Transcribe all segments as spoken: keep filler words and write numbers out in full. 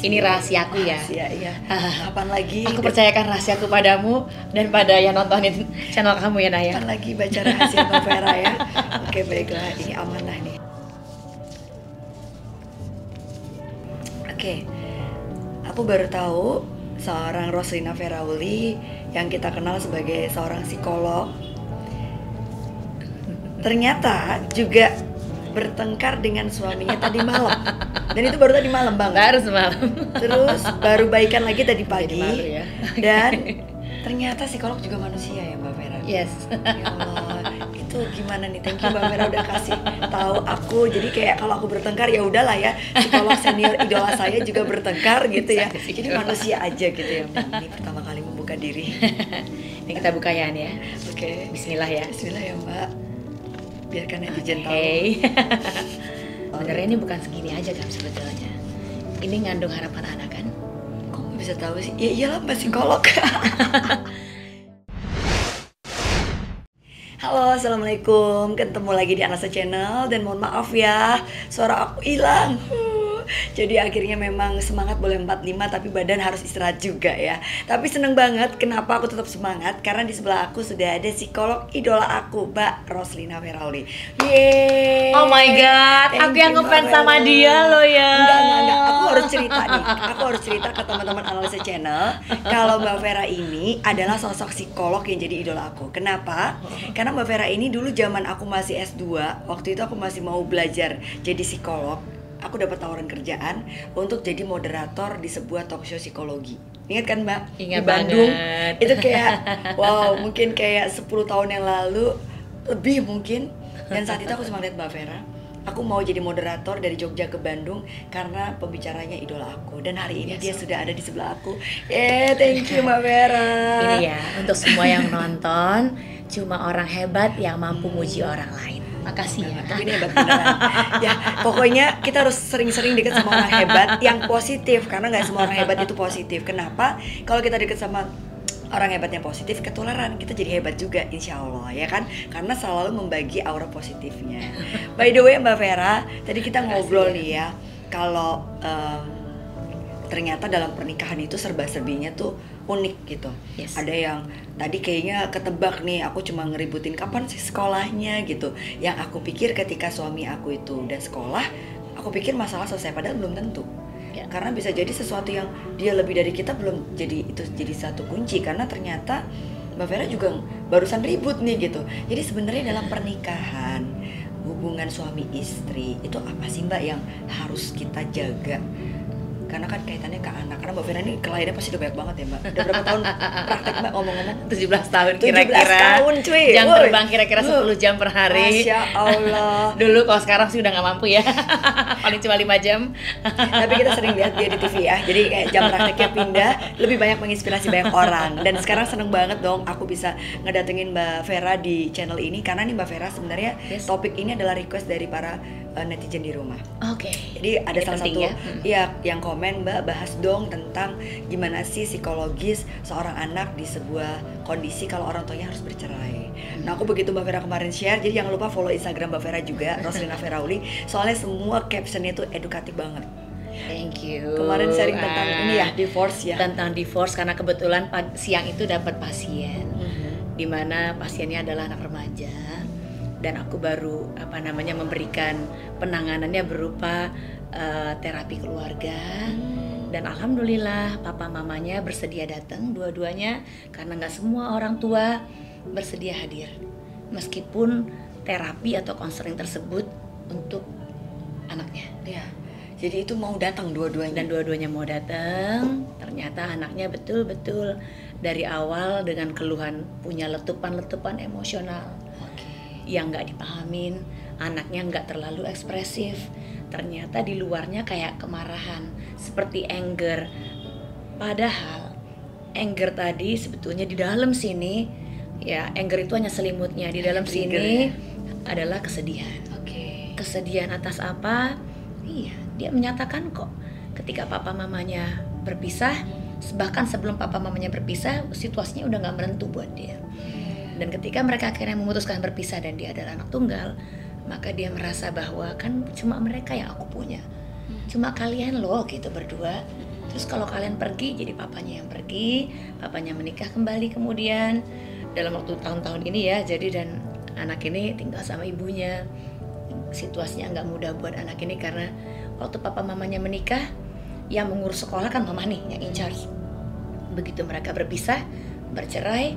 Ini rahasiaku ya. Rahasia, iya. Kapan lagi? Aku percayakan rahasiaku padamu dan pada yang nontonin channel kamu ya Naya. Kapan lagi baca rahasia Mbak Vera ya? Oke baiklah, ini amanah nih. Oke, aku baru tahu seorang Roslina Ferauli yang kita kenal sebagai seorang psikolog ternyata juga bertengkar dengan suaminya tadi malam. Dan itu baru tadi malam banget. Baru semalam. Terus baru baikan lagi tadi pagi. Malu ya. Dan ternyata psikolog juga manusia ya Mbak Vera. Yes. Ya Allah, itu gimana nih? Thank you Mbak Vera udah kasih tahu aku. Jadi kayak kalau aku bertengkar ya udahlah ya. Psikolog senior idola saya juga bertengkar gitu ya. Jadi manusia aja gitu ya. Ini pertama kali membuka diri. Ini kita buka ya Nia. Oke. Bismillah ya. Bismillah ya Mbak. Biarkan netizen tahu. Hey. Sebenarnya ini bukan segini aja kan sebetulnya. Ini ngandung harapan anak kan? Kok nggak bisa tahu sih? Ya iyalah Mbak psikolog. Halo, assalamualaikum. Ketemu lagi di Anasa Channel dan mohon maaf ya, suara aku hilang. Jadi akhirnya memang semangat boleh empat puluh lima tapi badan harus istirahat juga ya. Tapi seneng banget, kenapa aku tetap semangat? Karena di sebelah aku sudah ada psikolog idola aku, Mbak Roslina Ferauli. Yeay. Oh my god, Thank aku yang you, ngefans Mbak sama Vera. dia loh ya. Enggak, enggak, enggak. Aku harus cerita nih. Aku harus cerita ke teman-teman Analisa Channel kalau Mbak Vera ini adalah sosok psikolog yang jadi idola aku. Kenapa? Karena Mbak Vera ini dulu zaman aku masih S dua, waktu itu aku masih mau belajar jadi psikolog. Aku dapat tawaran kerjaan untuk jadi moderator di sebuah talk show psikologi. Ingat kan Mbak? Ingat di Bandung. banget. Itu kayak wow, mungkin kayak sepuluh tahun yang lalu, lebih mungkin. Dan saat itu aku cuma lihat Mbak Vera. Aku mau jadi moderator dari Jogja ke Bandung karena pembicaranya idola aku. Dan hari ini Yes. dia sudah ada di sebelah aku. Eh, thank you Mbak Vera. Ini ya, untuk semua yang nonton, cuma orang hebat yang mampu muji orang lain. Makasih ya. Tapi ini hebat beneran. Ya, pokoknya kita harus sering-sering deket sama orang hebat yang positif. Karena nggak semua orang hebat itu positif. Kenapa? Kalau kita deket sama orang hebatnya positif, ketularan, kita jadi hebat juga insya Allah ya kan. Karena selalu membagi aura positifnya. By the way Mbak Vera, tadi kita ngobrol nih ya, kalau um, ternyata dalam pernikahan itu serba-serbinya tuh unik gitu. Yes. Ada yang tadi kayaknya ketebak nih, aku cuma ngeributin kapan sih sekolahnya gitu. Yang aku pikir ketika suami aku itu udah sekolah, aku pikir masalah selesai, padahal belum tentu. Ya. Karena bisa jadi sesuatu yang dia lebih dari kita belum jadi itu jadi satu kunci, karena ternyata Mbak Vera juga barusan ribut nih gitu. Jadi sebenarnya dalam pernikahan, hubungan suami istri itu apa sih Mbak yang harus kita jaga? Karena kan kaitannya ke anak. Karena Mbak Vera ini kelahirannya pasti udah banyak banget ya Mbak. Udah berapa tahun praktek Mbak ngomong-ngomong? tujuh belas tahun tujuh belas kira-kira. tahun cuy. Jam Woy. terbang kira-kira sepuluh jam per hari. Masya Allah. Dulu kalau sekarang sih udah nggak mampu ya. Paling cuma lima jam. Tapi kita sering lihat dia di T V ya. Jadi kayak jam prakteknya pindah, lebih banyak menginspirasi banyak orang. Dan sekarang seneng banget dong aku bisa ngedatengin Mbak Vera di channel ini. Karena nih Mbak Vera sebenarnya Yes. topik ini adalah request dari para uh, netizen di rumah. Oke. Jadi ada Ini salah penting satu ya. Hmm. ya yang komen, Mbak bahas dong tentang gimana sih psikologis seorang anak di sebuah kondisi kalau orang tuanya harus bercerai. Nah aku begitu Mbak Vera kemarin share, jadi jangan lupa follow Instagram Mbak Vera juga, Roslina Ferauli. Soalnya semua captionnya tuh edukatif banget. Thank you. Kemarin sharing tentang Ah, ini ya, divorce ya. Tentang divorce karena kebetulan pag- siang itu dapat pasien. Mhm. Di mana pasiennya adalah anak remaja dan aku baru apa namanya memberikan penanganannya berupa uh, terapi keluarga. Dan alhamdulillah papa mamanya bersedia datang dua-duanya karena nggak semua orang tua bersedia hadir meskipun terapi atau konseling tersebut untuk anaknya. Ya. Jadi itu mau datang dua-duanya. Dan dua-duanya mau datang, ternyata anaknya betul-betul dari awal dengan keluhan punya letupan-letupan emosional yang nggak dipahamin, anaknya nggak terlalu ekspresif. Ternyata di luarnya kayak kemarahan, seperti anger. Padahal anger tadi sebetulnya di dalam sini, ya anger itu hanya selimutnya. Di dalam Trigger, sini ya? adalah kesedihan. Oke. Kesedihan atas apa? Iya, dia menyatakan kok ketika papa mamanya berpisah, bahkan sebelum papa mamanya berpisah, situasinya udah nggak menentu buat dia. Dan ketika mereka akhirnya memutuskan berpisah dan dia adalah anak tunggal, maka dia merasa bahwa kan cuma mereka yang aku punya, cuma kalian loh gitu berdua Terus kalau kalian pergi, jadi papanya yang pergi, papanya menikah kembali kemudian dalam waktu tahun-tahun ini ya. Jadi dan anak ini tinggal sama ibunya. Situasinya nggak mudah buat anak ini karena waktu papa mamanya menikah, yang mengurus sekolah kan mama nih yang in charge. Begitu mereka berpisah, bercerai,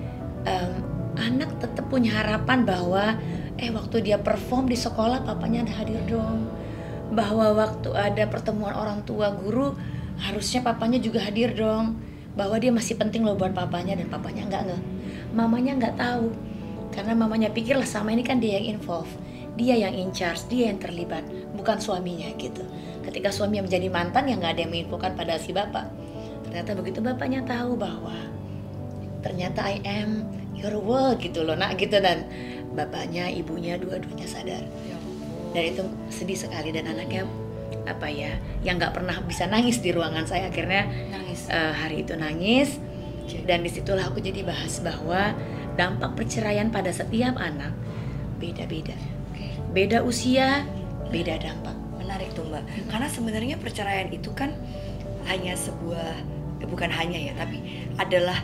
um, anak tetap punya harapan bahwa eh waktu dia perform di sekolah papanya ada hadir dong. Bahwa waktu ada pertemuan orang tua guru harusnya papanya juga hadir dong. Bahwa dia masih penting loh buat papanya, dan papanya nggak nge. Mamanya nggak tahu karena mamanya pikir lah sama ini kan dia yang involve, dia yang in charge, dia yang terlibat, bukan suaminya gitu. Ketika suami yang menjadi mantan yang nggak ada yang menginfokan pada si bapak. Ternyata begitu bapaknya tahu bahwa ternyata I am your world gitu loh nak gitu, dan bapaknya ibunya dua-duanya sadar. Dan itu sedih sekali, dan anaknya apa ya yang nggak pernah bisa nangis di ruangan saya akhirnya Nangis. uh, hari itu nangis. Dan disitulah aku jadi bahas bahwa dampak perceraian pada setiap anak beda-beda, beda usia, beda dampak. Menarik tuh Mbak, karena sebenarnya perceraian itu kan hanya sebuah, eh, bukan hanya ya, tapi adalah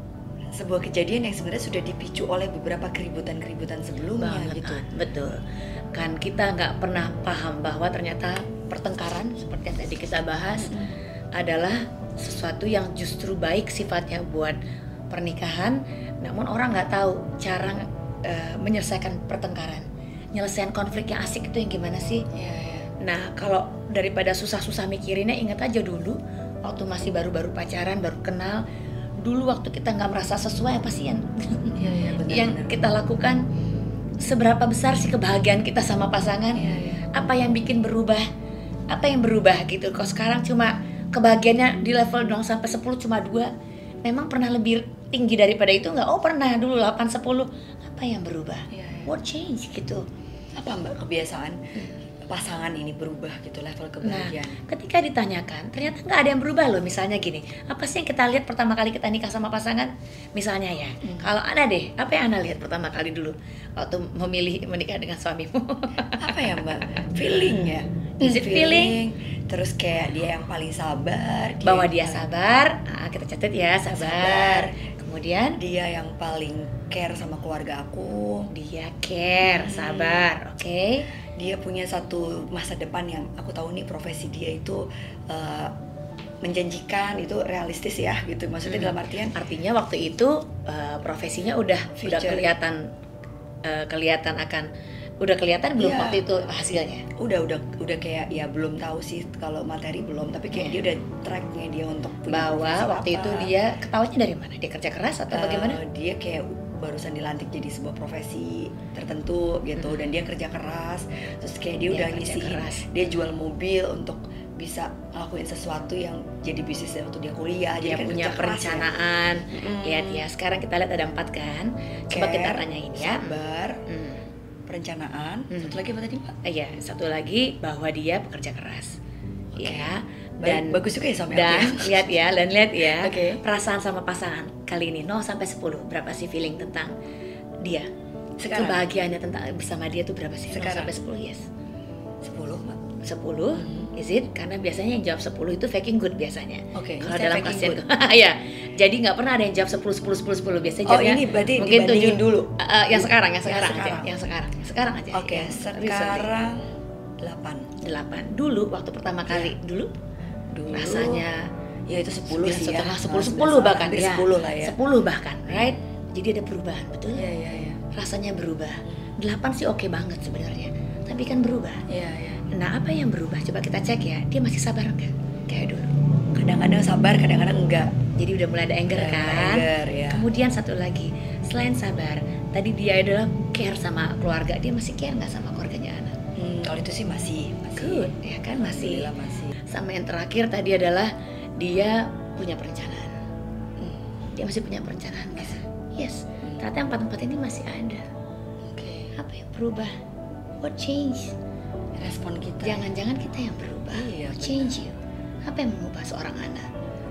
sebuah kejadian yang sebenarnya sudah dipicu oleh beberapa keributan-keributan sebelumnya. Banget, gitu. An. Betul. Kan kita nggak pernah paham bahwa ternyata pertengkaran seperti yang tadi kita bahas mm-hmm. adalah sesuatu yang justru baik sifatnya buat pernikahan. Namun orang nggak tahu cara uh, menyelesaikan pertengkaran, nyelesain konflik yang asik itu yang gimana sih? Ya, ya. Nah kalau daripada susah-susah mikirinnya, ingat aja dulu waktu masih baru-baru pacaran, baru kenal. Dulu waktu kita nggak merasa sesuai apa sih yang, Ya, ya, benar, yang benar. kita lakukan, seberapa besar sih kebahagiaan kita sama pasangan, Ya, ya. apa yang bikin berubah, apa yang berubah gitu. Kalau sekarang cuma kebahagiaannya di level nol sampai sepuluh cuma dua, memang pernah lebih tinggi daripada itu nggak? Oh pernah dulu delapan sepuluh, apa yang berubah? Ya, ya. What change gitu. Apa Mbak kebiasaan pasangan ini berubah gitu level Nah, kebahagiaan? ketika ditanyakan, ternyata nggak ada yang berubah loh. Misalnya gini, apa sih yang kita lihat pertama kali kita nikah sama pasangan? Misalnya ya, hmm. kalau Ana deh, apa yang Ana lihat pertama kali dulu waktu memilih menikah dengan suamimu? Apa ya Mbak? Feeling ya? Is it feeling? Terus kayak dia yang paling sabar, kayak Bahwa dia paling- sabar, ah, kita catat ya, sabar. Sabar. Kemudian dia yang paling care sama keluarga aku, dia care, Hmm. sabar, oke? dia punya satu masa depan yang aku tahu nih profesi dia itu uh, menjanjikan, itu realistis ya gitu, maksudnya Hmm. dalam artian Artinya waktu itu uh, profesinya udah udah Future. kelihatan uh, kelihatan akan udah kelihatan belum Iya. waktu itu hasilnya. udah udah udah kayak ya belum tahu sih kalau materi belum, tapi kayak Hmm. dia udah tracknya dia untuk punya Bahwa profesi waktu apa. itu dia ketawanya dari mana? Dia kerja keras atau Uh, bagaimana? dia kayak barusan dilantik jadi sebuah profesi tertentu gitu, Hmm. dan dia kerja keras, terus kayak dia Dia udah kerja ngisihin, keras. dia jual mobil untuk bisa ngelakuin sesuatu yang jadi bisnis waktu dia kuliah. Dia Jadi kan punya kerja keras ya. perencanaan. Mm. Lihat ya, sekarang kita lihat ada empat kan. Coba Care, kita tanyain ya. sabar, Hmm. perencanaan. Hmm. Satu lagi apa tadi Mbak? Iya, satu lagi bahwa dia pekerja keras. Oke. Ya. Dan Dan bagus juga ya suami dan aku ya. lihat ya, dan lihat ya. Oke. Perasaan sama pasangan kali ini nol sampai sepuluh, berapa sih feeling tentang dia? Sekarang? Kebahagiaannya tentang bersama dia tuh berapa sih? nol Sekarang? sampai sepuluh, yes. sepuluh Mbak. sepuluh, Hmm. is it? Karena biasanya yang jawab sepuluh itu faking good biasanya. Oke, Kalau saya dalam faking pasien good. ya. Jadi nggak pernah ada yang jawab sepuluh sepuluh sepuluh sepuluh biasanya Oh, jawabnya ini berarti mungkin dibandingin tujuh. dulu. Uh, uh, yang sekarang, yang Yang sekarang, sekarang. aja, yang sekarang. Sekarang aja. Oke, yang recently. sekarang delapan. delapan. Dulu waktu pertama kali, dulu Dulu rasanya ya itu sepuluh sih ya. setengah, sepuluh, Nah, sepuluh bahkan hampir ya. sepuluh lah ya. sepuluh bahkan, right? Jadi ada perubahan, betul? Iya, iya, iya. Rasanya berubah. delapan sih oke banget sebenarnya. Tapi kan berubah. Iya, iya. Nah, apa yang berubah? Coba kita cek ya. Dia masih sabar enggak? Kayak dulu. Kadang-kadang sabar, kadang-kadang enggak. Jadi udah mulai ada anger Mulai ada kan? anger, ya. Kemudian satu lagi, selain sabar, tadi dia adalah care sama keluarga. Dia masih care nggak sama keluarganya anak? Hmm, kalau itu sih masih, masih. Good, ya kan masih. Alhamdulillah masih. Sama yang terakhir tadi adalah dia punya perencanaan. Hmm, Dia masih punya perencanaan, guys. Yes. Ternyata empat-empat ini masih ada. Oke. Apa yang berubah? What change? Respon kita. Jangan-jangan kita yang berubah. Iya, What benar. change you? Apa yang mengubah seorang anak?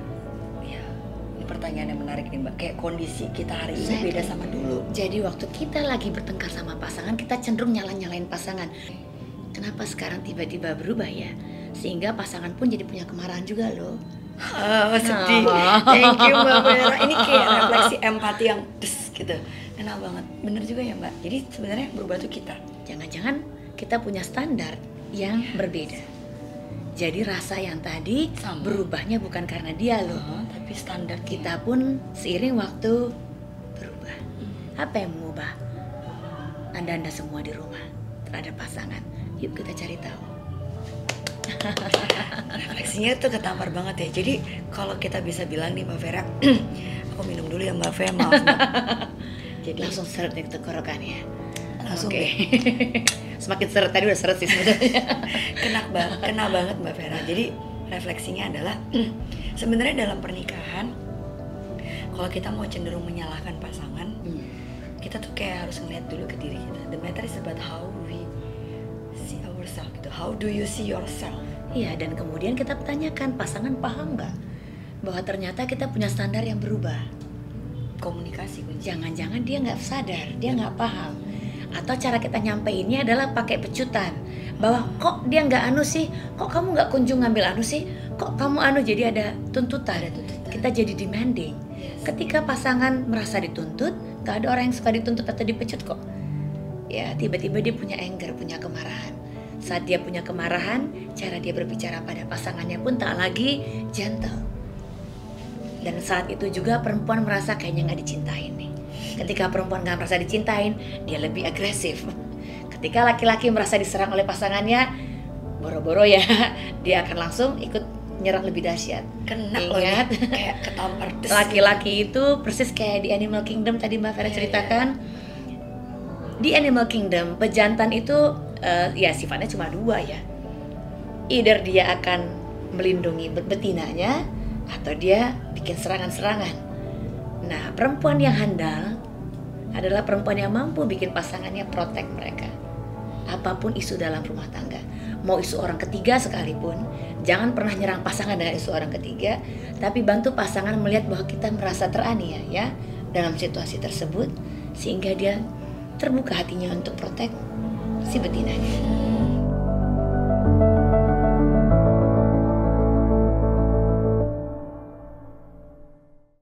Iya. Ini pertanyaan yang menarik nih Mbak. Kayak kondisi kita hari ini Exactly. beda sama dulu. Jadi waktu kita lagi bertengkar sama pasangan, kita cenderung nyalain-nyalain pasangan. Kenapa sekarang tiba-tiba berubah ya? Sehingga pasangan pun jadi punya kemarahan juga loh. Ah, sedih. Thank you Mbak Vera. Ini kayak refleksi empati yang des gitu. Kenal banget. Bener juga ya Mbak. Jadi sebenarnya yang berubah tuh kita. Jangan-jangan kita punya standar yang berbeda. Jadi rasa yang tadi Sama. berubahnya bukan karena dia loh, Oh, tapi standar kita pun seiring waktu berubah. Apa yang mengubah Anda-anda semua di rumah terhadap pasangan? Yuk kita cari tahu. Refleksinya tuh ketampar banget ya. Jadi kalau kita bisa bilang nih Mbak Vera, aku minum dulu ya Mbak Vera, maaf Mbak. Jadi Langsung seret nih tenggorokannya. langsung Oke. deh. Semakin seret tadi udah seret sih sebenarnya. kena ba- kena banget Mbak Vera. Jadi refleksinya adalah sebenarnya dalam pernikahan, kalau kita mau cenderung menyalahkan pasangan, Hmm. kita tuh kayak harus ngeliat dulu ke diri kita. The matter is about how we see ourselves gitu. How do you see yourself? Iya, dan kemudian kita tanyakan pasangan paham nggak bahwa ternyata kita punya standar yang berubah. Komunikasi kunci. Jangan-jangan dia nggak sadar, dia nggak paham. Atau cara kita nyampeinnya adalah pakai pecutan bahwa kok dia nggak anu sih, kok kamu nggak kunjung ngambil anu sih, kok kamu anu, jadi ada tuntutan. Ada tuntutan. Kita jadi demanding. Yes. Ketika pasangan merasa dituntut, nggak ada orang yang suka dituntut atau dipecut kok. Ya tiba-tiba dia punya anger, punya kemarahan. Saat dia punya kemarahan, cara dia berbicara pada pasangannya pun tak lagi gentle. Dan saat itu juga perempuan merasa kayaknya nggak dicintain nih. Ketika perempuan nggak merasa dicintain, dia lebih agresif. Ketika laki-laki merasa diserang oleh pasangannya, boro-boro ya, dia akan langsung ikut nyerang lebih dahsyat. Kena loh Ingat, nih, kayak ketampar des. laki-laki itu persis kayak di Animal Kingdom tadi Mbak Vera Iya, ceritakan. Di Animal Kingdom, pejantan itu uh, ya sifatnya cuma dua ya. Either dia akan melindungi betinanya atau dia bikin serangan-serangan. Nah, perempuan yang handal adalah perempuan yang mampu bikin pasangannya protect mereka. Apapun isu dalam rumah tangga, mau isu orang ketiga sekalipun, jangan pernah nyerang pasangan dengan isu orang ketiga, tapi bantu pasangan melihat bahwa kita merasa teraniaya dalam situasi tersebut, sehingga dia terbuka hatinya untuk protect si betinanya.